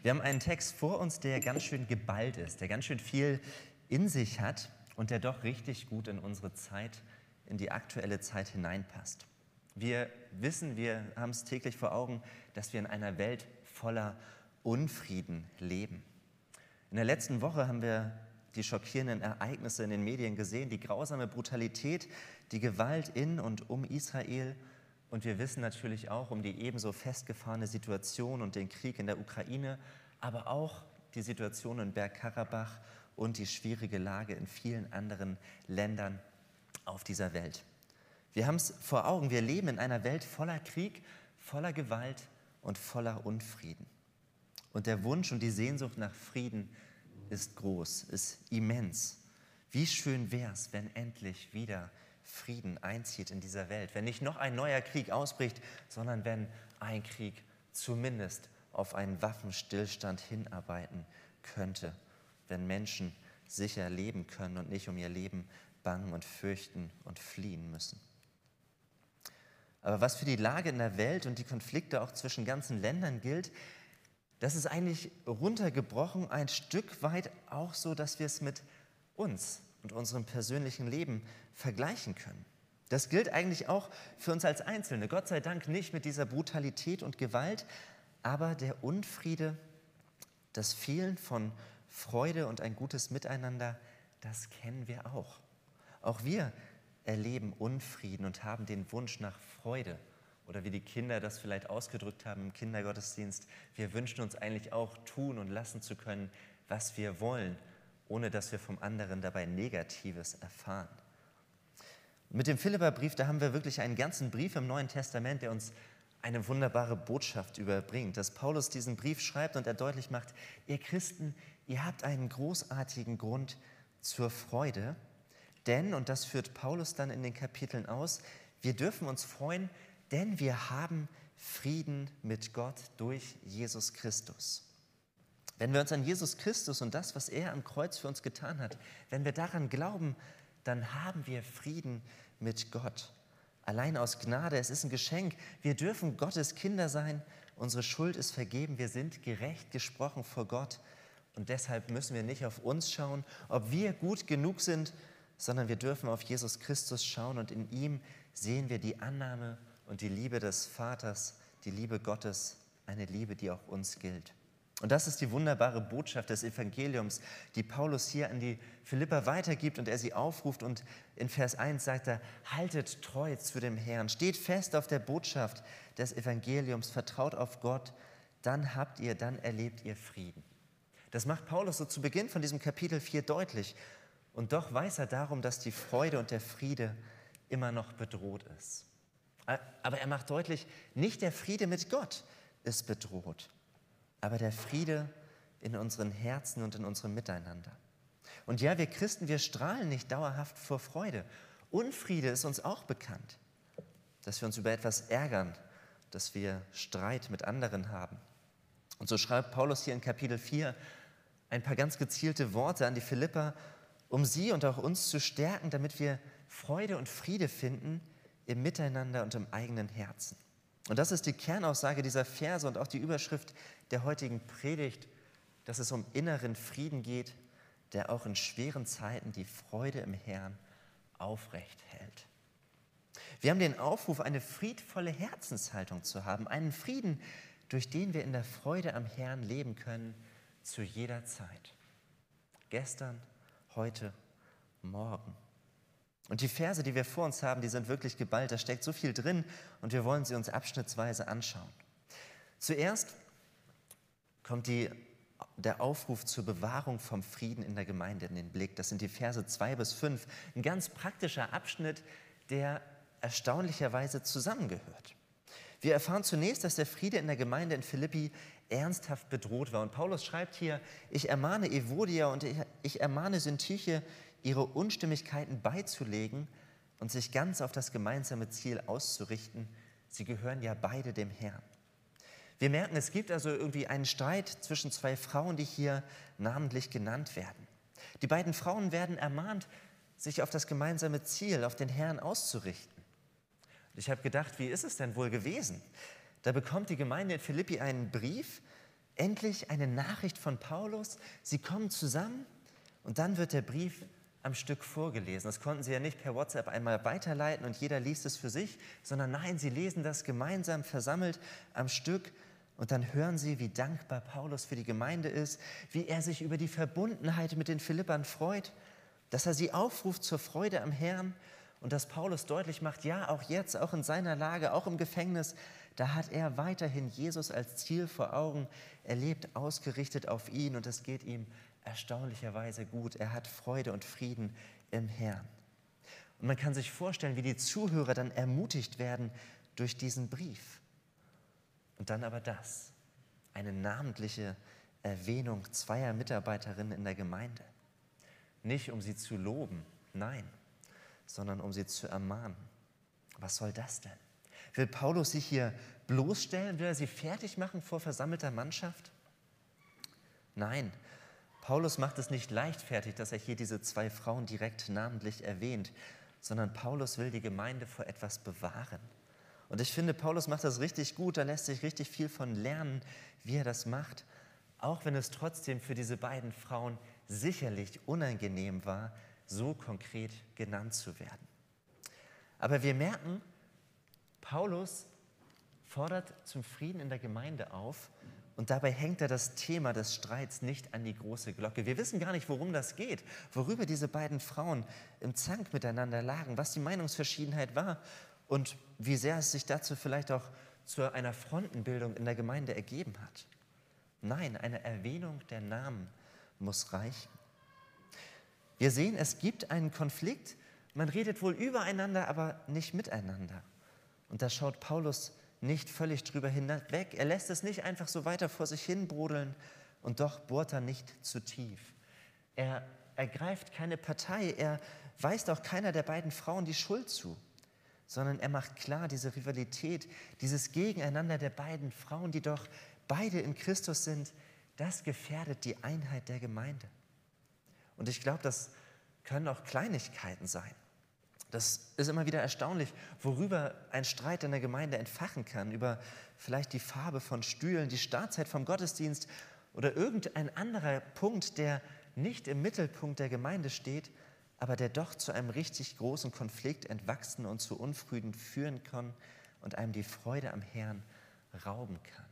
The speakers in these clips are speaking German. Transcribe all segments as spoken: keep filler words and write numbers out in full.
Wir haben einen Text vor uns, der ganz schön geballt ist, der ganz schön viel in sich hat und der doch richtig gut in unsere Zeit, in die aktuelle Zeit hineinpasst. Wir wissen, wir haben es täglich vor Augen, dass wir in einer Welt voller Unfrieden leben. In der letzten Woche haben wir die schockierenden Ereignisse in den Medien gesehen, die grausame Brutalität, die Gewalt in und um Israel. Und wir wissen natürlich auch um die ebenso festgefahrene Situation und den Krieg in der Ukraine, aber auch die Situation in Bergkarabach und die schwierige Lage in vielen anderen Ländern auf dieser Welt. Wir haben es vor Augen, wir leben in einer Welt voller Krieg, voller Gewalt und voller Unfrieden. Und der Wunsch und die Sehnsucht nach Frieden ist groß, ist immens. Wie schön wäre es, wenn endlich wieder Frieden einzieht in dieser Welt, wenn nicht noch ein neuer Krieg ausbricht, sondern wenn ein Krieg zumindest auf einen Waffenstillstand hinarbeiten könnte, wenn Menschen sicher leben können und nicht um ihr Leben bangen und fürchten und fliehen müssen. Aber was für die Lage in der Welt und die Konflikte auch zwischen ganzen Ländern gilt, das ist eigentlich runtergebrochen ein Stück weit auch so, dass wir es mit uns und unserem persönlichen Leben vergleichen können. Das gilt eigentlich auch für uns als Einzelne. Gott sei Dank nicht mit dieser Brutalität und Gewalt, aber der Unfriede, das Fehlen von Freude und ein gutes Miteinander, das kennen wir auch. Auch wir erleben Unfrieden und haben den Wunsch nach Freude. Oder wie die Kinder das vielleicht ausgedrückt haben im Kindergottesdienst, wir wünschen uns eigentlich auch tun und lassen zu können, was wir wollen, ohne dass wir vom anderen dabei Negatives erfahren. Mit dem Philipperbrief, da haben wir wirklich einen ganzen Brief im Neuen Testament, der uns eine wunderbare Botschaft überbringt, dass Paulus diesen Brief schreibt und er deutlich macht, ihr Christen, ihr habt einen großartigen Grund zur Freude, denn, und das führt Paulus dann in den Kapiteln aus, wir dürfen uns freuen, denn wir haben Frieden mit Gott durch Jesus Christus. Wenn wir uns an Jesus Christus und das, was er am Kreuz für uns getan hat, wenn wir daran glauben, dann haben wir Frieden mit Gott. Allein aus Gnade, es ist ein Geschenk. Wir dürfen Gottes Kinder sein. Unsere Schuld ist vergeben. Wir sind gerecht gesprochen vor Gott. Und deshalb müssen wir nicht auf uns schauen, ob wir gut genug sind, sondern wir dürfen auf Jesus Christus schauen und in ihm sehen wir die Annahme und die Liebe des Vaters, die Liebe Gottes, eine Liebe, die auch uns gilt. Und das ist die wunderbare Botschaft des Evangeliums, die Paulus hier an die Philipper weitergibt und er sie aufruft. Und in Vers eins sagt er, haltet treu zu dem Herrn, steht fest auf der Botschaft des Evangeliums, vertraut auf Gott, dann habt ihr, dann erlebt ihr Frieden. Das macht Paulus so zu Beginn von diesem Kapitel vier deutlich. Und doch weiß er darum, dass die Freude und der Friede immer noch bedroht ist. Aber er macht deutlich, nicht der Friede mit Gott ist bedroht, aber der Friede in unseren Herzen und in unserem Miteinander. Und ja, wir Christen, wir strahlen nicht dauerhaft vor Freude. Unfriede ist uns auch bekannt, dass wir uns über etwas ärgern, dass wir Streit mit anderen haben. Und so schreibt Paulus hier in Kapitel vier ein paar ganz gezielte Worte an die Philipper, um sie und auch uns zu stärken, damit wir Freude und Friede finden im Miteinander und im eigenen Herzen. Und das ist die Kernaussage dieser Verse und auch die Überschrift der heutigen Predigt, dass es um inneren Frieden geht, der auch in schweren Zeiten die Freude im Herrn aufrecht hält. Wir haben den Aufruf, eine friedvolle Herzenshaltung zu haben, einen Frieden, durch den wir in der Freude am Herrn leben können, zu jeder Zeit. Gestern, heute, morgen. Und die Verse, die wir vor uns haben, die sind wirklich geballt, da steckt so viel drin und wir wollen sie uns abschnittsweise anschauen. Zuerst kommt die, der Aufruf zur Bewahrung vom Frieden in der Gemeinde in den Blick. Das sind die Verse zwei bis fünf, ein ganz praktischer Abschnitt, der erstaunlicherweise zusammengehört. Wir erfahren zunächst, dass der Friede in der Gemeinde in Philippi ernsthaft bedroht war. Und Paulus schreibt hier, ich ermahne Evodia und ich ermahne Syntyche, ihre Unstimmigkeiten beizulegen und sich ganz auf das gemeinsame Ziel auszurichten. Sie gehören ja beide dem Herrn. Wir merken, es gibt also irgendwie einen Streit zwischen zwei Frauen, die hier namentlich genannt werden. Die beiden Frauen werden ermahnt, sich auf das gemeinsame Ziel, auf den Herrn auszurichten. Und ich habe gedacht, wie ist es denn wohl gewesen? Da bekommt die Gemeinde in Philippi einen Brief, Endlich eine Nachricht von Paulus. Sie kommen zusammen und dann wird der Brief am Stück vorgelesen. Das konnten sie ja nicht per WhatsApp einmal weiterleiten und jeder liest es für sich, sondern nein, sie lesen das gemeinsam versammelt am Stück und dann hören sie, wie dankbar Paulus für die Gemeinde ist, wie er sich über die Verbundenheit mit den Philippern freut, dass er sie aufruft zur Freude am Herrn und dass Paulus deutlich macht, ja, auch jetzt, auch in seiner Lage, auch im Gefängnis, da hat er weiterhin Jesus als Ziel vor Augen. Er lebt ausgerichtet auf ihn und es geht ihm erstaunlicherweise gut. Er hat Freude und Frieden im Herrn. Und man kann sich vorstellen, wie die Zuhörer dann ermutigt werden durch diesen Brief. Und dann aber das, eine namentliche Erwähnung zweier Mitarbeiterinnen in der Gemeinde. Nicht um sie zu loben, nein, sondern um sie zu ermahnen. Was soll das denn? Will Paulus sich hier bloßstellen? Will er sie fertig machen vor versammelter Mannschaft? Nein, Paulus macht es nicht leichtfertig, dass er hier diese zwei Frauen direkt namentlich erwähnt, sondern Paulus will die Gemeinde vor etwas bewahren. Und ich finde, Paulus macht das richtig gut, da lässt sich richtig viel von lernen, wie er das macht, auch wenn es trotzdem für diese beiden Frauen sicherlich unangenehm war, so konkret genannt zu werden. Aber wir merken, Paulus fordert zum Frieden in der Gemeinde auf und dabei hängt er das Thema des Streits nicht an die große Glocke. Wir wissen gar nicht, worum das geht, worüber diese beiden Frauen im Zank miteinander lagen, was die Meinungsverschiedenheit war und wie sehr es sich dazu vielleicht auch zu einer Frontenbildung in der Gemeinde ergeben hat. Nein, eine Erwähnung der Namen muss reichen. Wir sehen, es gibt einen Konflikt, man redet wohl übereinander, aber nicht miteinander. Und da schaut Paulus nicht völlig drüber hinweg. Er lässt es nicht einfach so weiter vor sich hin brodeln und doch bohrt er nicht zu tief. Er ergreift keine Partei, er weist auch keiner der beiden Frauen die Schuld zu, sondern er macht klar, diese Rivalität, dieses Gegeneinander der beiden Frauen, die doch beide in Christus sind, das gefährdet die Einheit der Gemeinde. Und ich glaube, das können auch Kleinigkeiten sein. Das ist immer wieder erstaunlich, worüber ein Streit in der Gemeinde entfachen kann, über vielleicht die Farbe von Stühlen, die Startzeit vom Gottesdienst oder irgendein anderer Punkt, der nicht im Mittelpunkt der Gemeinde steht, aber der doch zu einem richtig großen Konflikt entwachsen und zu Unfrieden führen kann und einem die Freude am Herrn rauben kann.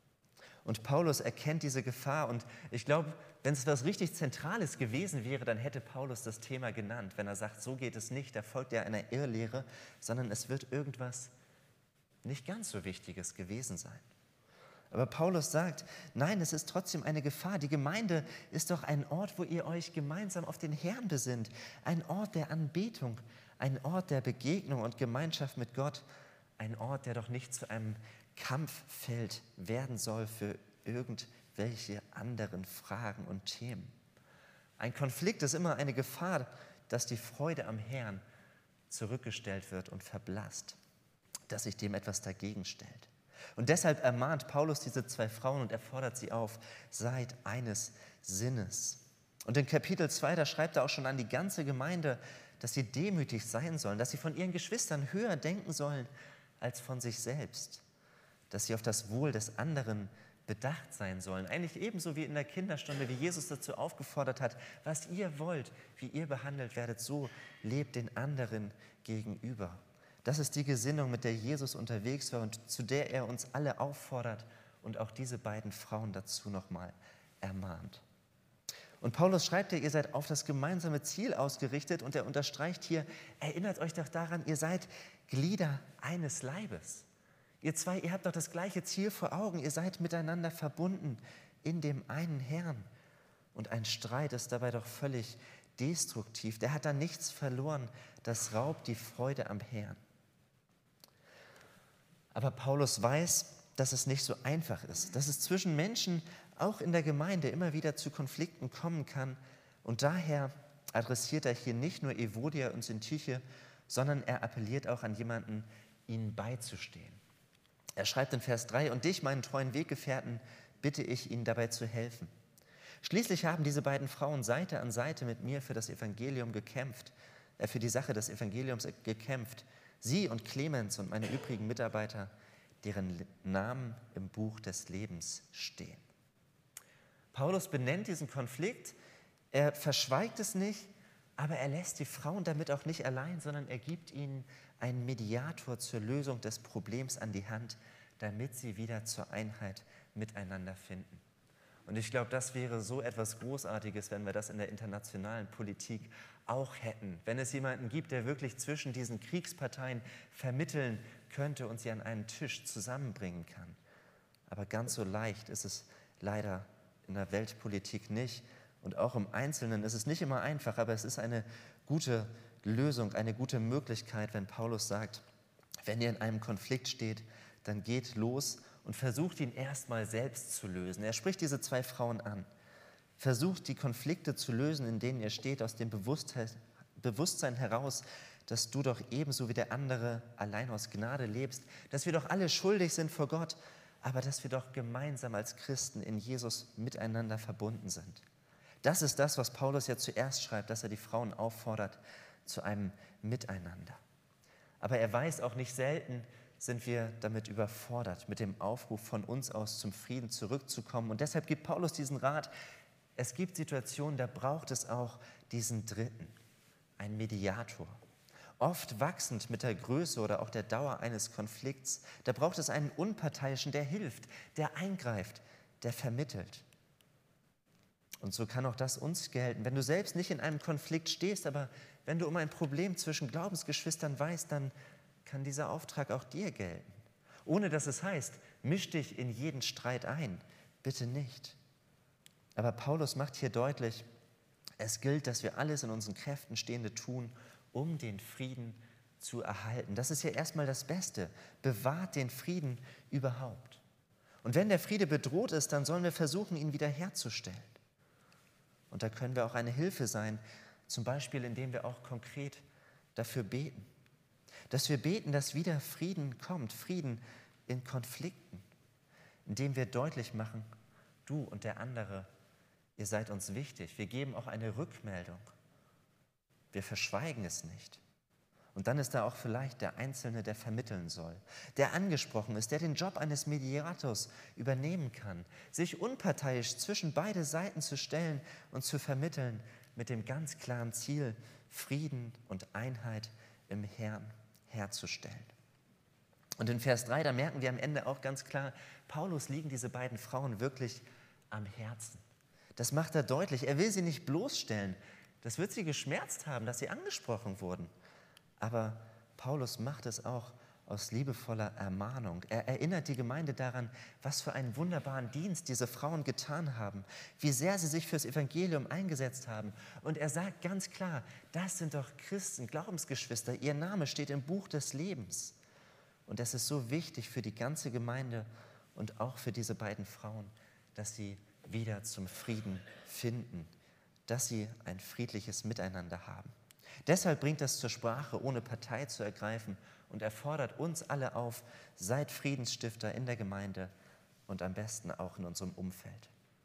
Und Paulus erkennt diese Gefahr und ich glaube, wenn es etwas richtig Zentrales gewesen wäre, dann hätte Paulus das Thema genannt. Wenn er sagt, so geht es nicht, da folgt er einer Irrlehre, sondern es wird irgendwas nicht ganz so Wichtiges gewesen sein. Aber Paulus sagt, nein, es ist trotzdem eine Gefahr. Die Gemeinde ist doch ein Ort, wo ihr euch gemeinsam auf den Herrn besinnt. Ein Ort der Anbetung, ein Ort der Begegnung und Gemeinschaft mit Gott. Ein Ort, der doch nicht zu einem Kampffeld werden soll für irgendwelche anderen Fragen und Themen. Ein Konflikt ist immer eine Gefahr, dass die Freude am Herrn zurückgestellt wird und verblasst, dass sich dem etwas dagegen stellt. Und deshalb ermahnt Paulus diese zwei Frauen und er fordert sie auf, seid eines Sinnes. Und in Kapitel zwei, da schreibt er auch schon an die ganze Gemeinde, dass sie demütig sein sollen, dass sie von ihren Geschwistern höher denken sollen als von sich selbst, dass sie auf das Wohl des anderen bedacht sein sollen. Eigentlich ebenso wie in der Kinderstunde, wie Jesus dazu aufgefordert hat, was ihr wollt, wie ihr behandelt werdet, so lebt den anderen gegenüber. Das ist die Gesinnung, mit der Jesus unterwegs war und zu der er uns alle auffordert und auch diese beiden Frauen dazu nochmal ermahnt. Und Paulus schreibt ja, ihr seid auf das gemeinsame Ziel ausgerichtet und er unterstreicht hier, erinnert euch doch daran, ihr seid Glieder eines Leibes. Ihr zwei, ihr habt doch das gleiche Ziel vor Augen, ihr seid miteinander verbunden in dem einen Herrn. Und ein Streit ist dabei doch völlig destruktiv. Der hat da nichts verloren, das raubt die Freude am Herrn. Aber Paulus weiß, dass es nicht so einfach ist, dass es zwischen Menschen auch in der Gemeinde immer wieder zu Konflikten kommen kann. Und daher adressiert er hier nicht nur Evodia und Syntyche, sondern er appelliert auch an jemanden, ihnen beizustehen. Er schreibt in Vers drei, und dich, meinen treuen Weggefährten, bitte ich, ihnen dabei zu helfen. Schließlich haben diese beiden Frauen Seite an Seite mit mir für das Evangelium gekämpft, äh, für die Sache des Evangeliums gekämpft. Sie und Clemens und meine übrigen Mitarbeiter, deren Namen im Buch des Lebens stehen. Paulus benennt diesen Konflikt, er verschweigt es nicht, aber er lässt die Frauen damit auch nicht allein, sondern er gibt ihnen einen Mediator zur Lösung des Problems an die Hand, damit sie wieder zur Einheit miteinander finden. Und ich glaube, das wäre so etwas Großartiges, wenn wir das in der internationalen Politik auch hätten. Wenn es jemanden gibt, der wirklich zwischen diesen Kriegsparteien vermitteln könnte und sie an einen Tisch zusammenbringen kann. Aber ganz so leicht ist es leider in der Weltpolitik nicht. Und auch im Einzelnen ist es nicht immer einfach, aber es ist eine gute Lösung, eine gute Möglichkeit, wenn Paulus sagt, wenn ihr in einem Konflikt steht, dann geht los und versucht ihn erstmal selbst zu lösen. Er spricht diese zwei Frauen an. Versucht die Konflikte zu lösen, in denen ihr steht, aus dem Bewusstsein heraus, dass du doch ebenso wie der andere allein aus Gnade lebst, dass wir doch alle schuldig sind vor Gott, aber dass wir doch gemeinsam als Christen in Jesus miteinander verbunden sind. Das ist das, was Paulus ja zuerst schreibt, dass er die Frauen auffordert zu einem Miteinander. Aber er weiß auch, nicht selten sind wir damit überfordert, mit dem Aufruf von uns aus zum Frieden zurückzukommen. Und deshalb gibt Paulus diesen Rat, es gibt Situationen, da braucht es auch diesen Dritten, einen Mediator. Oft wachsend mit der Größe oder auch der Dauer eines Konflikts, da braucht es einen Unparteiischen, der hilft, der eingreift, der vermittelt. Und so kann auch das uns gelten. Wenn du selbst nicht in einem Konflikt stehst, aber wenn du um ein Problem zwischen Glaubensgeschwistern weißt, dann kann dieser Auftrag auch dir gelten. Ohne dass es heißt, misch dich in jeden Streit ein. Bitte nicht. Aber Paulus macht hier deutlich, es gilt, dass wir alles in unseren Kräften Stehende tun, um den Frieden zu erhalten. Das ist ja erstmal das Beste. Bewahrt den Frieden überhaupt. Und wenn der Friede bedroht ist, dann sollen wir versuchen, ihn wiederherzustellen. Und da können wir auch eine Hilfe sein, zum Beispiel indem wir auch konkret dafür beten. Dass wir beten, dass wieder Frieden kommt, Frieden in Konflikten, indem wir deutlich machen, du und der andere, ihr seid uns wichtig. Wir geben auch eine Rückmeldung. Wir verschweigen es nicht. Und dann ist da auch vielleicht der Einzelne, der vermitteln soll, der angesprochen ist, der den Job eines Mediators übernehmen kann, sich unparteiisch zwischen beide Seiten zu stellen und zu vermitteln mit dem ganz klaren Ziel, Frieden und Einheit im Herrn herzustellen. Und in Vers drei, da merken wir am Ende auch ganz klar, Paulus liegen diese beiden Frauen wirklich am Herzen. Das macht er deutlich. Er will sie nicht bloßstellen. Das wird sie geschmerzt haben, dass sie angesprochen wurden. Aber Paulus macht es auch aus liebevoller Ermahnung. Er erinnert die Gemeinde daran, was für einen wunderbaren Dienst diese Frauen getan haben, wie sehr sie sich fürs Evangelium eingesetzt haben. Und er sagt ganz klar, das sind doch Christen, Glaubensgeschwister, ihr Name steht im Buch des Lebens. Und es ist so wichtig für die ganze Gemeinde und auch für diese beiden Frauen, dass sie wieder zum Frieden finden, dass sie ein friedliches Miteinander haben. Deshalb bringt das zur Sprache, ohne Partei zu ergreifen und er fordert uns alle auf, seid Friedensstifter in der Gemeinde und am besten auch in unserem Umfeld.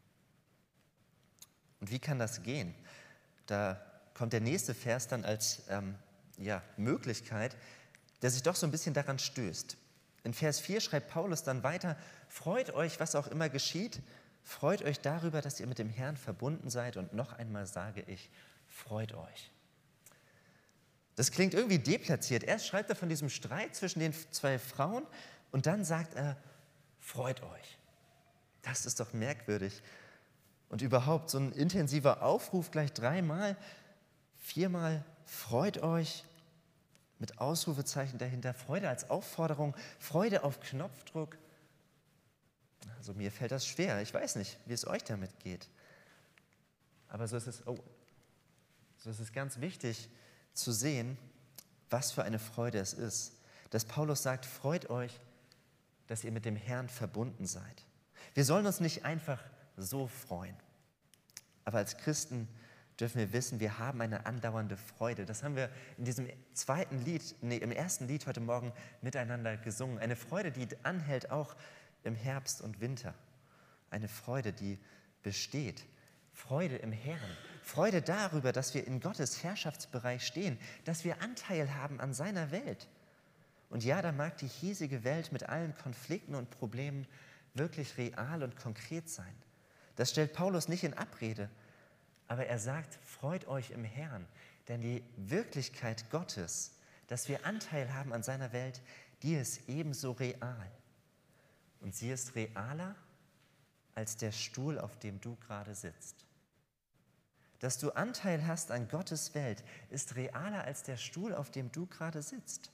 Und wie kann das gehen? Da kommt der nächste Vers dann als ähm, ja, Möglichkeit, der sich doch so ein bisschen daran stößt. In Vers vier schreibt Paulus dann weiter, freut euch, was auch immer geschieht, freut euch darüber, dass ihr mit dem Herrn verbunden seid und noch einmal sage ich, freut euch. Das klingt irgendwie deplatziert. Erst schreibt er von diesem Streit zwischen den zwei Frauen und dann sagt er, freut euch. Das ist doch merkwürdig. Und überhaupt so ein intensiver Aufruf gleich dreimal, viermal, freut euch, mit Ausrufezeichen dahinter, Freude als Aufforderung, Freude auf Knopfdruck. Also mir fällt das schwer. Ich weiß nicht, wie es euch damit geht. Aber so ist es, oh, so ist es ganz wichtig, zu sehen, was für eine Freude es ist. Dass Paulus sagt, freut euch, dass ihr mit dem Herrn verbunden seid. Wir sollen uns nicht einfach so freuen. Aber als Christen dürfen wir wissen, wir haben eine andauernde Freude. Das haben wir in diesem zweiten Lied, nee, im ersten Lied heute Morgen miteinander gesungen. Eine Freude, die anhält auch im Herbst und Winter. Eine Freude, die besteht. Freude im Herrn. Freude darüber, dass wir in Gottes Herrschaftsbereich stehen, dass wir Anteil haben an seiner Welt. Und ja, da mag die hiesige Welt mit allen Konflikten und Problemen wirklich real und konkret sein. Das stellt Paulus nicht in Abrede, aber er sagt, freut euch im Herrn, denn die Wirklichkeit Gottes, dass wir Anteil haben an seiner Welt, die ist ebenso real. Und sie ist realer als der Stuhl, auf dem du gerade sitzt. Dass du Anteil hast an Gottes Welt, ist realer als der Stuhl, auf dem du gerade sitzt.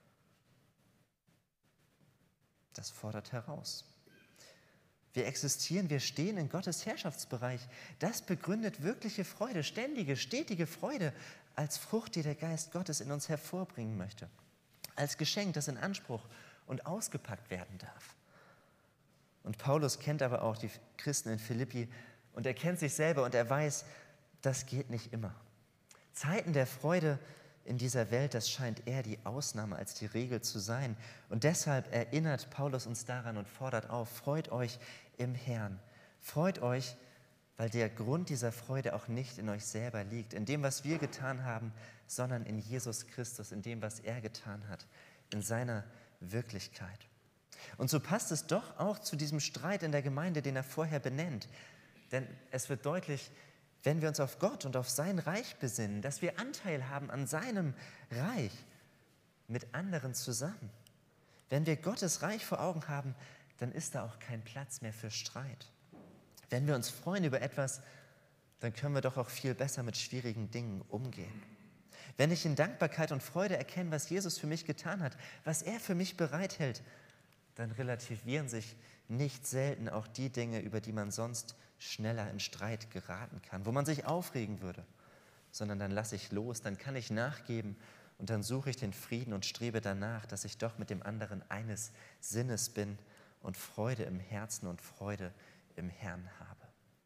Das fordert heraus. Wir existieren, wir stehen in Gottes Herrschaftsbereich. Das begründet wirkliche Freude, ständige, stetige Freude als Frucht, die der Geist Gottes in uns hervorbringen möchte. Als Geschenk, das in Anspruch und ausgepackt werden darf. Und Paulus kennt aber auch die Christen in Philippi und er kennt sich selber und er weiß, das geht nicht immer. Zeiten der Freude in dieser Welt, das scheint eher die Ausnahme als die Regel zu sein. Und deshalb erinnert Paulus uns daran und fordert auf, freut euch im Herrn. Freut euch, weil der Grund dieser Freude auch nicht in euch selber liegt, in dem, was wir getan haben, sondern in Jesus Christus, in dem, was er getan hat, in seiner Wirklichkeit. Und so passt es doch auch zu diesem Streit in der Gemeinde, den er vorher benennt. Denn es wird deutlich, wenn wir uns auf Gott und auf sein Reich besinnen, dass wir Anteil haben an seinem Reich mit anderen zusammen. Wenn wir Gottes Reich vor Augen haben, dann ist da auch kein Platz mehr für Streit. Wenn wir uns freuen über etwas, dann können wir doch auch viel besser mit schwierigen Dingen umgehen. Wenn ich in Dankbarkeit und Freude erkenne, was Jesus für mich getan hat, was er für mich bereithält, dann relativieren sich nicht selten auch die Dinge, über die man sonst schneller in Streit geraten kann, wo man sich aufregen würde, sondern dann lasse ich los, dann kann ich nachgeben und dann suche ich den Frieden und strebe danach, dass ich doch mit dem anderen eines Sinnes bin und Freude im Herzen und Freude im Herrn habe.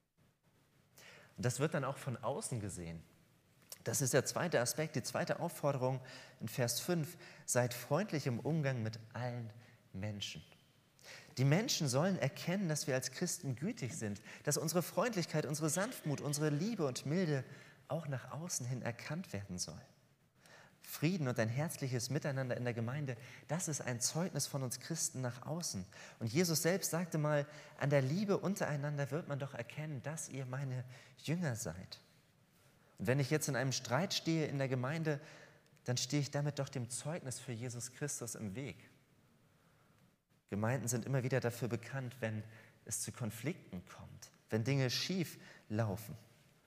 Und das wird dann auch von außen gesehen. Das ist der zweite Aspekt, die zweite Aufforderung in Vers fünf. Seid freundlich im Umgang mit allen Menschen. Die Menschen sollen erkennen, dass wir als Christen gütig sind, dass unsere Freundlichkeit, unsere Sanftmut, unsere Liebe und Milde auch nach außen hin erkannt werden soll. Frieden und ein herzliches Miteinander in der Gemeinde, das ist ein Zeugnis von uns Christen nach außen. Und Jesus selbst sagte mal, an der Liebe untereinander wird man doch erkennen, dass ihr meine Jünger seid. Und wenn ich jetzt in einem Streit stehe in der Gemeinde, dann stehe ich damit doch dem Zeugnis für Jesus Christus im Weg. Gemeinden sind immer wieder dafür bekannt, wenn es zu Konflikten kommt, wenn Dinge schief laufen.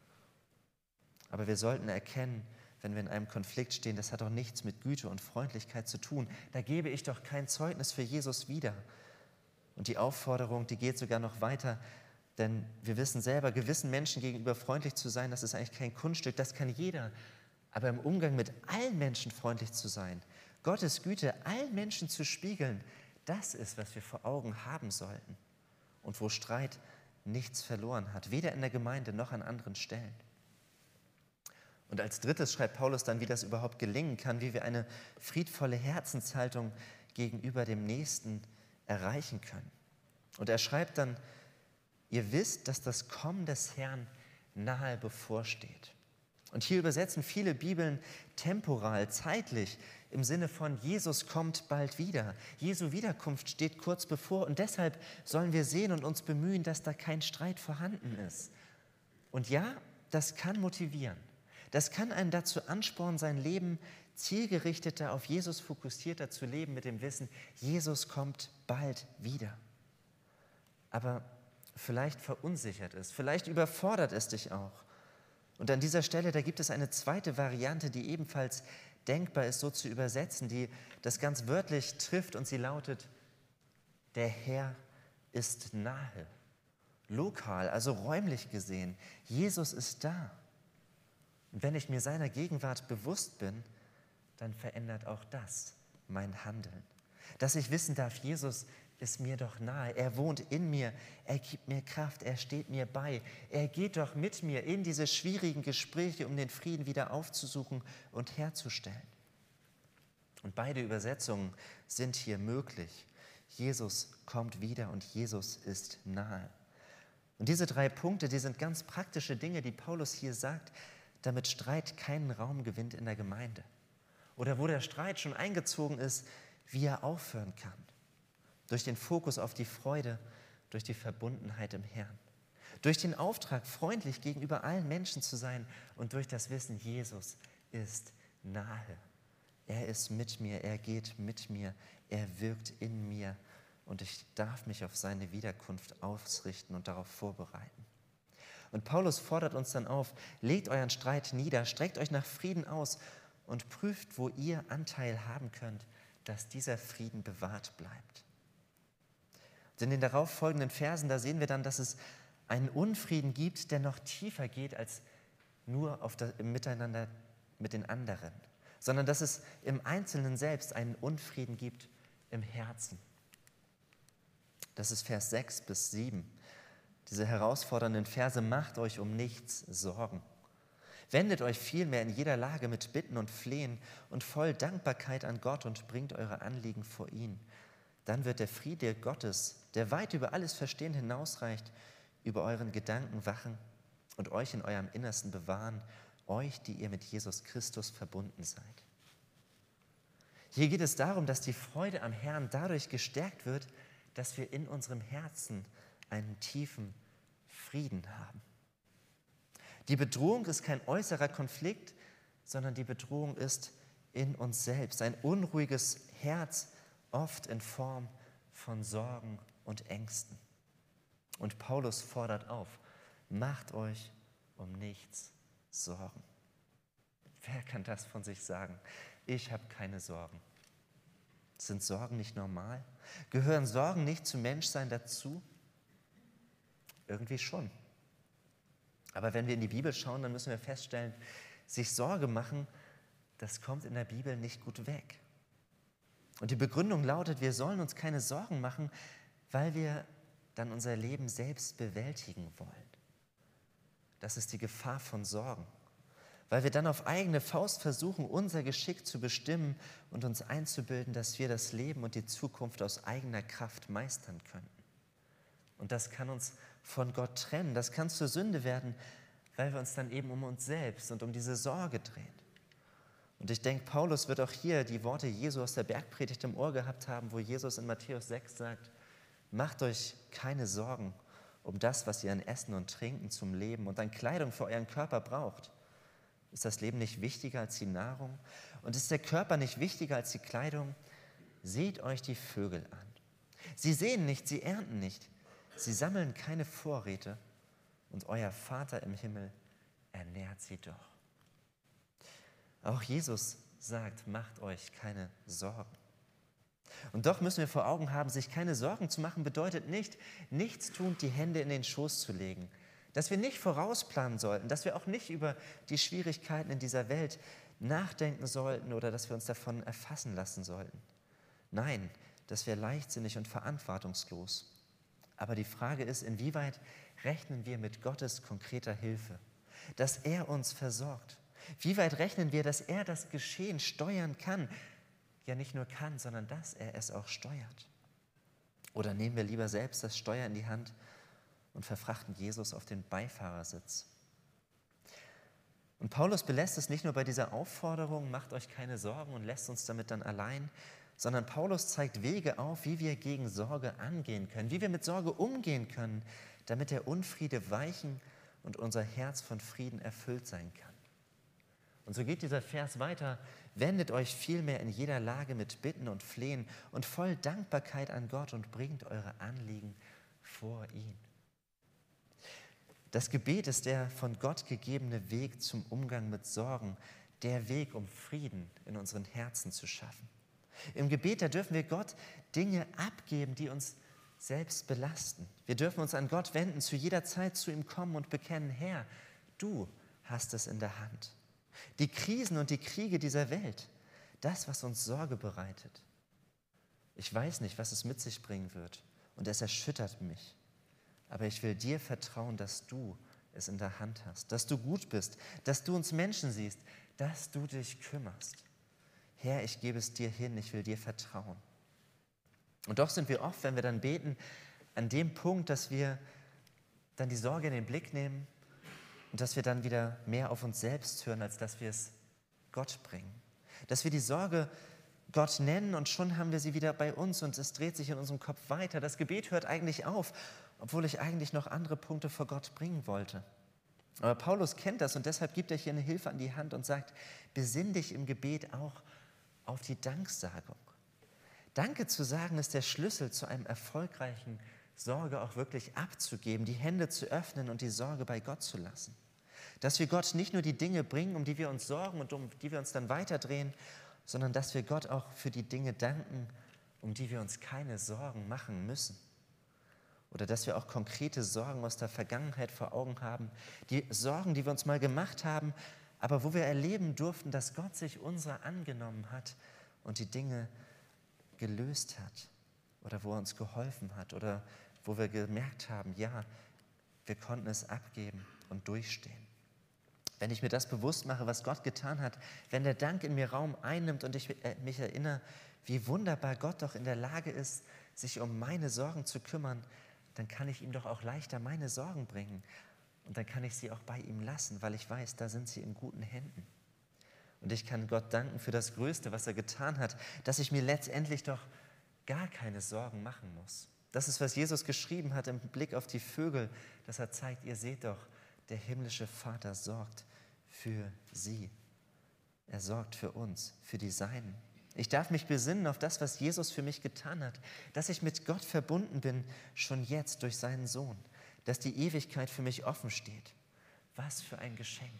Aber wir sollten erkennen, wenn wir in einem Konflikt stehen, das hat doch nichts mit Güte und Freundlichkeit zu tun. Da gebe ich doch kein Zeugnis für Jesus wieder. Und die Aufforderung, die geht sogar noch weiter, denn wir wissen selber, gewissen Menschen gegenüber freundlich zu sein, das ist eigentlich kein Kunststück, das kann jeder. Aber im Umgang mit allen Menschen freundlich zu sein, Gottes Güte allen Menschen zu spiegeln, das ist, was wir vor Augen haben sollten und wo Streit nichts verloren hat, weder in der Gemeinde noch an anderen Stellen. Und als drittes schreibt Paulus dann, wie das überhaupt gelingen kann, wie wir eine friedvolle Herzenshaltung gegenüber dem Nächsten erreichen können. Und er schreibt dann, ihr wisst, dass das Kommen des Herrn nahe bevorsteht. Und hier übersetzen viele Bibeln temporal, zeitlich, im Sinne von Jesus kommt bald wieder. Jesu Wiederkunft steht kurz bevor und deshalb sollen wir sehen und uns bemühen, dass da kein Streit vorhanden ist. Und ja, das kann motivieren. Das kann einen dazu anspornen, sein Leben zielgerichteter, auf Jesus fokussierter zu leben, mit dem Wissen, Jesus kommt bald wieder. Aber vielleicht verunsichert es, vielleicht überfordert es dich auch. Und an dieser Stelle, da gibt es eine zweite Variante, die ebenfalls denkbar ist, so zu übersetzen, die das ganz wörtlich trifft und sie lautet, der Herr ist nahe. Lokal, also räumlich gesehen. Jesus ist da. Und wenn ich mir seiner Gegenwart bewusst bin, dann verändert auch das mein Handeln. Dass ich wissen darf, Jesus ist mir doch nahe. Er wohnt in mir, er gibt mir Kraft, er steht mir bei. Er geht doch mit mir in diese schwierigen Gespräche, um den Frieden wieder aufzusuchen und herzustellen. Und beide Übersetzungen sind hier möglich. Jesus kommt wieder und Jesus ist nahe. Und diese drei Punkte, die sind ganz praktische Dinge, die Paulus hier sagt, damit Streit keinen Raum gewinnt in der Gemeinde. Oder wo der Streit schon eingezogen ist, wie er aufhören kann. Durch den Fokus auf die Freude, durch die Verbundenheit im Herrn. Durch den Auftrag, freundlich gegenüber allen Menschen zu sein und durch das Wissen, Jesus ist nahe. Er ist mit mir, er geht mit mir, er wirkt in mir und ich darf mich auf seine Wiederkunft ausrichten und darauf vorbereiten. Und Paulus fordert uns dann auf, legt euren Streit nieder, streckt euch nach Frieden aus und prüft, wo ihr Anteil haben könnt, dass dieser Frieden bewahrt bleibt. Und in den darauf folgenden Versen, da sehen wir dann, dass es einen Unfrieden gibt, der noch tiefer geht als nur auf das, im Miteinander mit den anderen, sondern dass es im Einzelnen selbst einen Unfrieden gibt im Herzen. Das ist Vers sechs bis sieben. Diese herausfordernden Verse: Macht euch um nichts Sorgen. Wendet euch vielmehr in jeder Lage mit Bitten und Flehen und voll Dankbarkeit an Gott und bringt eure Anliegen vor ihn. Dann wird der Friede Gottes, der weit über alles Verstehen hinausreicht, über euren Gedanken wachen und euch in eurem Innersten bewahren, euch, die ihr mit Jesus Christus verbunden seid. Hier geht es darum, dass die Freude am Herrn dadurch gestärkt wird, dass wir in unserem Herzen einen tiefen Frieden haben. Die Bedrohung ist kein äußerer Konflikt, sondern die Bedrohung ist in uns selbst. Ein unruhiges Herz, oft in Form von Sorgen und Ängsten. Und Paulus fordert auf: Macht euch um nichts Sorgen. Wer kann das von sich sagen? Ich habe keine Sorgen. Sind Sorgen nicht normal? Gehören Sorgen nicht zum Menschsein dazu? Irgendwie schon. Aber wenn wir in die Bibel schauen, dann müssen wir feststellen, sich Sorge machen, das kommt in der Bibel nicht gut weg. Und die Begründung lautet, wir sollen uns keine Sorgen machen, weil wir dann unser Leben selbst bewältigen wollen. Das ist die Gefahr von Sorgen. Weil wir dann auf eigene Faust versuchen, unser Geschick zu bestimmen und uns einzubilden, dass wir das Leben und die Zukunft aus eigener Kraft meistern könnten. Und das kann uns von Gott trennen, das kann zur Sünde werden, weil wir uns dann eben um uns selbst und um diese Sorge drehen. Und ich denke, Paulus wird auch hier die Worte Jesu aus der Bergpredigt im Ohr gehabt haben, wo Jesus in Matthäus sechs sagt: Macht euch keine Sorgen um das, was ihr an Essen und Trinken zum Leben und an Kleidung für euren Körper braucht. Ist das Leben nicht wichtiger als die Nahrung? Und ist der Körper nicht wichtiger als die Kleidung? Seht euch die Vögel an. Sie säen nicht, sie ernten nicht, sie sammeln keine Vorräte und euer Vater im Himmel ernährt sie doch. Auch Jesus sagt: Macht euch keine Sorgen. Und doch müssen wir vor Augen haben, sich keine Sorgen zu machen bedeutet nicht, nichtstuend die Hände in den Schoß zu legen. Dass wir nicht vorausplanen sollten, dass wir auch nicht über die Schwierigkeiten in dieser Welt nachdenken sollten oder dass wir uns davon erfassen lassen sollten. Nein, das wäre leichtsinnig und verantwortungslos. Aber die Frage ist, inwieweit rechnen wir mit Gottes konkreter Hilfe, dass er uns versorgt? Wie weit rechnen wir, dass er das Geschehen steuern kann? Ja, nicht nur kann, sondern dass er es auch steuert. Oder nehmen wir lieber selbst das Steuer in die Hand und verfrachten Jesus auf den Beifahrersitz? Und Paulus belässt es nicht nur bei dieser Aufforderung: Macht euch keine Sorgen, und lässt uns damit dann allein, sondern Paulus zeigt Wege auf, wie wir gegen Sorge angehen können, wie wir mit Sorge umgehen können, damit der Unfriede weichen und unser Herz von Frieden erfüllt sein kann. Und so geht dieser Vers weiter: Wendet euch vielmehr in jeder Lage mit Bitten und Flehen und voll Dankbarkeit an Gott und bringt eure Anliegen vor ihn. Das Gebet ist der von Gott gegebene Weg zum Umgang mit Sorgen, der Weg, um Frieden in unseren Herzen zu schaffen. Im Gebet, da dürfen wir Gott Dinge abgeben, die uns selbst belasten. Wir dürfen uns an Gott wenden, zu jeder Zeit zu ihm kommen und bekennen: Herr, du hast es in der Hand. Die Krisen und die Kriege dieser Welt, das, was uns Sorge bereitet. Ich weiß nicht, was es mit sich bringen wird, und es erschüttert mich. Aber ich will dir vertrauen, dass du es in der Hand hast, dass du gut bist, dass du uns Menschen siehst, dass du dich kümmerst. Herr, ich gebe es dir hin, ich will dir vertrauen. Und doch sind wir oft, wenn wir dann beten, an dem Punkt, dass wir dann die Sorge in den Blick nehmen und dass wir dann wieder mehr auf uns selbst hören, als dass wir es Gott bringen. Dass wir die Sorge Gott nennen und schon haben wir sie wieder bei uns und es dreht sich in unserem Kopf weiter. Das Gebet hört eigentlich auf obwohl ich eigentlich noch andere Punkte vor Gott bringen wollte. Aber Paulus kennt das und deshalb gibt er hier eine Hilfe an die Hand und sagt, besinn dich im Gebet auch auf die Danksagung. Danke zu sagen ist der Schlüssel zu einem erfolgreichen Sorge auch wirklich abzugeben, die Hände zu öffnen und die Sorge bei Gott zu lassen. Dass wir Gott nicht nur die Dinge bringen, um die wir uns sorgen und um die wir uns dann weiterdrehen, sondern dass wir Gott auch für die Dinge danken, um die wir uns keine Sorgen machen müssen. Oder dass wir auch konkrete Sorgen aus der Vergangenheit vor Augen haben, die Sorgen, die wir uns mal gemacht haben, aber wo wir erleben durften, dass Gott sich unserer angenommen hat und die Dinge gelöst hat oder wo er uns geholfen hat oder wo wir gemerkt haben, ja, wir konnten es abgeben und durchstehen. Wenn ich mir das bewusst mache, was Gott getan hat, wenn der Dank in mir Raum einnimmt und ich mich erinnere, wie wunderbar Gott doch in der Lage ist, sich um meine Sorgen zu kümmern, dann kann ich ihm doch auch leichter meine Sorgen bringen. Und dann kann ich sie auch bei ihm lassen, weil ich weiß, da sind sie in guten Händen. Und ich kann Gott danken für das Größte, was er getan hat, dass ich mir letztendlich doch gar keine Sorgen machen muss. Das ist, was Jesus geschrieben hat im Blick auf die Vögel, dass er zeigt, ihr seht doch, der himmlische Vater sorgt für sie. Er sorgt für uns, für die Seinen. Ich darf mich besinnen auf das, was Jesus für mich getan hat, dass ich mit Gott verbunden bin, schon jetzt durch seinen Sohn, dass die Ewigkeit für mich offen steht. Was für ein Geschenk.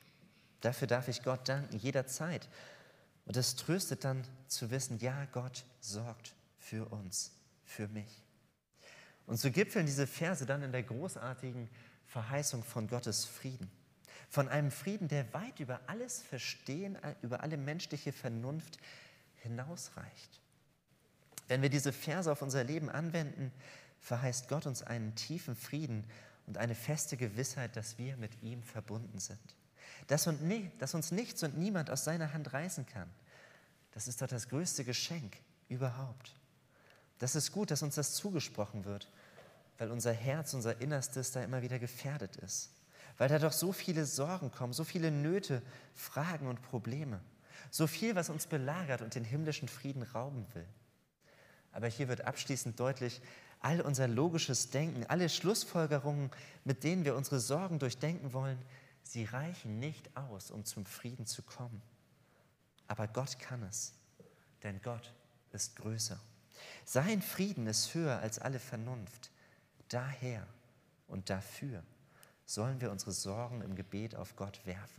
Dafür darf ich Gott danken, jederzeit. Und es tröstet dann zu wissen, ja, Gott sorgt für uns, für mich. Und so gipfeln diese Verse dann in der großartigen Verheißung von Gottes Frieden. Von einem Frieden, der weit über alles Verstehen, über alle menschliche Vernunft hinausreicht. Wenn wir diese Verse auf unser Leben anwenden, verheißt Gott uns einen tiefen Frieden und eine feste Gewissheit, dass wir mit ihm verbunden sind. Dass uns nichts und niemand aus seiner Hand reißen kann. Das ist doch das größte Geschenk überhaupt. Das ist gut, dass uns das zugesprochen wird, weil unser Herz, unser Innerstes da immer wieder gefährdet ist. Weil da doch so viele Sorgen kommen, so viele Nöte, Fragen und Probleme. So viel, was uns belagert und den himmlischen Frieden rauben will. Aber hier wird abschließend deutlich, all unser logisches Denken, alle Schlussfolgerungen, mit denen wir unsere Sorgen durchdenken wollen, sie reichen nicht aus, um zum Frieden zu kommen. Aber Gott kann es, denn Gott ist größer. Sein Frieden ist höher als alle Vernunft. Daher und dafür sollen wir unsere Sorgen im Gebet auf Gott werfen.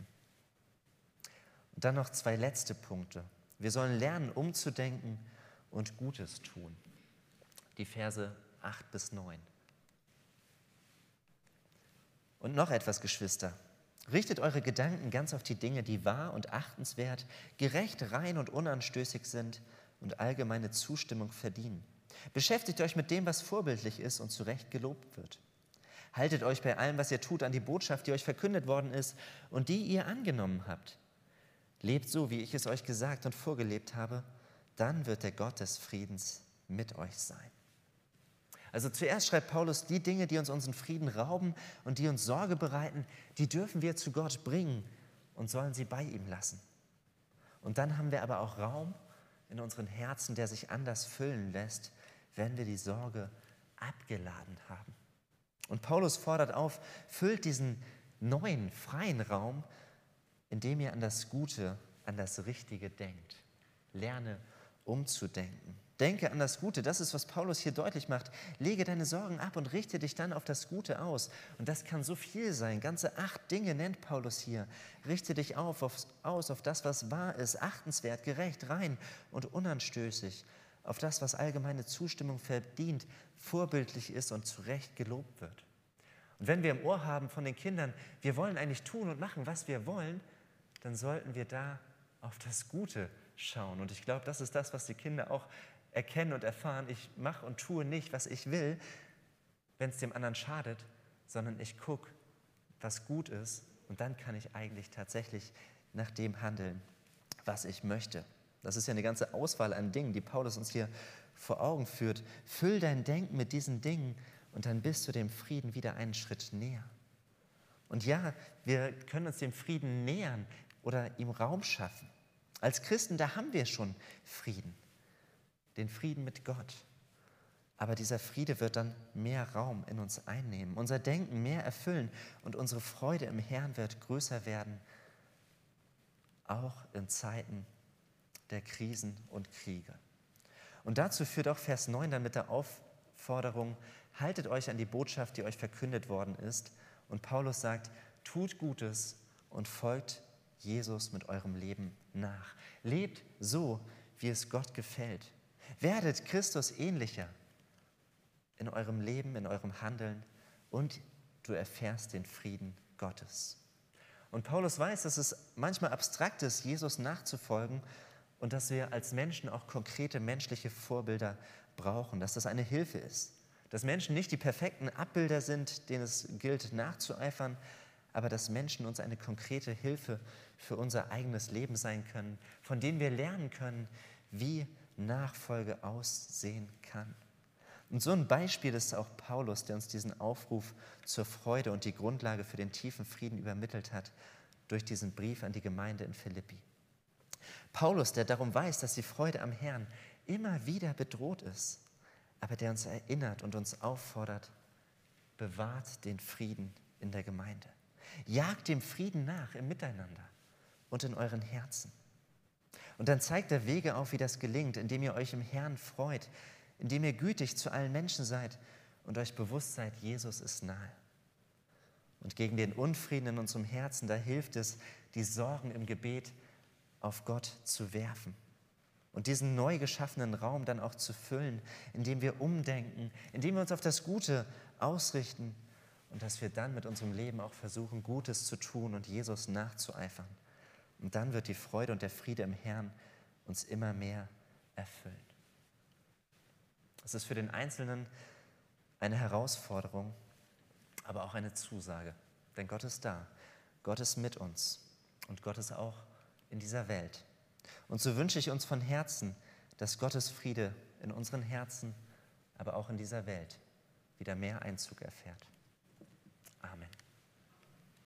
Und dann noch zwei letzte Punkte. Wir sollen lernen, umzudenken und Gutes tun. Die Verse acht bis neun. Und noch etwas, Geschwister. Richtet eure Gedanken ganz auf die Dinge, die wahr und achtenswert, gerecht, rein und unanstößig sind und allgemeine Zustimmung verdienen. Beschäftigt euch mit dem, was vorbildlich ist und zu Recht gelobt wird. Haltet euch bei allem, was ihr tut, an die Botschaft, die euch verkündet worden ist und die ihr angenommen habt. Lebt so, wie ich es euch gesagt und vorgelebt habe, dann wird der Gott des Friedens mit euch sein. Also zuerst schreibt Paulus, die Dinge, die uns unseren Frieden rauben und die uns Sorge bereiten, die dürfen wir zu Gott bringen und sollen sie bei ihm lassen. Und dann haben wir aber auch Raum in unseren Herzen, der sich anders füllen lässt, wenn wir die Sorge abgeladen haben. Und Paulus fordert auf, füllt diesen neuen, freien Raum, indem ihr an das Gute, an das Richtige denkt. Lerne umzudenken. Denke an das Gute, das ist, was Paulus hier deutlich macht. Lege deine Sorgen ab und richte dich dann auf das Gute aus. Und das kann so viel sein. Ganze acht Dinge nennt Paulus hier. Richte dich auf, auf, aus auf das, was wahr ist, achtenswert, gerecht, rein und unanstößig. Auf das, was allgemeine Zustimmung verdient, vorbildlich ist und zu Recht gelobt wird. Und wenn wir im Ohr haben von den Kindern, wir wollen eigentlich tun und machen, was wir wollen, dann sollten wir da auf das Gute schauen. Und ich glaube, das ist das, was die Kinder auch erkennen und erfahren. Ich mache und tue nicht, was ich will, wenn es dem anderen schadet, sondern ich gucke, was gut ist. Und dann kann ich eigentlich tatsächlich nach dem handeln, was ich möchte. Das ist ja eine ganze Auswahl an Dingen, die Paulus uns hier vor Augen führt. Füll dein Denken mit diesen Dingen und dann bist du dem Frieden wieder einen Schritt näher. Und ja, wir können uns dem Frieden nähern oder ihm Raum schaffen. Als Christen, da haben wir schon Frieden. Den Frieden mit Gott. Aber dieser Friede wird dann mehr Raum in uns einnehmen, unser Denken mehr erfüllen und unsere Freude im Herrn wird größer werden, auch in Zeiten der Krisen und Kriege. Und dazu führt auch Vers neun dann mit der Aufforderung, haltet euch an die Botschaft, die euch verkündet worden ist. Und Paulus sagt, tut Gutes und folgt Jesus mit eurem Leben nach. Lebt so, wie es Gott gefällt. Werdet Christus ähnlicher in eurem Leben, in eurem Handeln und du erfährst den Frieden Gottes. Und Paulus weiß, dass es manchmal abstrakt ist, Jesus nachzufolgen und dass wir als Menschen auch konkrete menschliche Vorbilder brauchen, dass das eine Hilfe ist. Dass Menschen nicht die perfekten Abbilder sind, denen es gilt nachzueifern, aber dass Menschen uns eine konkrete Hilfe für unser eigenes Leben sein können, von denen wir lernen können, wie Nachfolge aussehen kann. Und so ein Beispiel ist auch Paulus, der uns diesen Aufruf zur Freude und die Grundlage für den tiefen Frieden übermittelt hat durch diesen Brief an die Gemeinde in Philippi. Paulus, der darum weiß, dass die Freude am Herrn immer wieder bedroht ist, aber der uns erinnert und uns auffordert, bewahrt den Frieden in der Gemeinde. Jagt dem Frieden nach im Miteinander und in euren Herzen. Und dann zeigt er Wege auf, wie das gelingt, indem ihr euch im Herrn freut, indem ihr gütig zu allen Menschen seid und euch bewusst seid, Jesus ist nahe. Und gegen den Unfrieden in unserem Herzen, da hilft es, die Sorgen im Gebet auf Gott zu werfen und diesen neu geschaffenen Raum dann auch zu füllen, indem wir umdenken, indem wir uns auf das Gute ausrichten und dass wir dann mit unserem Leben auch versuchen, Gutes zu tun und Jesus nachzueifern. Und dann wird die Freude und der Friede im Herrn uns immer mehr erfüllen. Es ist für den Einzelnen eine Herausforderung, aber auch eine Zusage. Denn Gott ist da, Gott ist mit uns und Gott ist auch in dieser Welt. Und so wünsche ich uns von Herzen, dass Gottes Friede in unseren Herzen, aber auch in dieser Welt wieder mehr Einzug erfährt. Amen.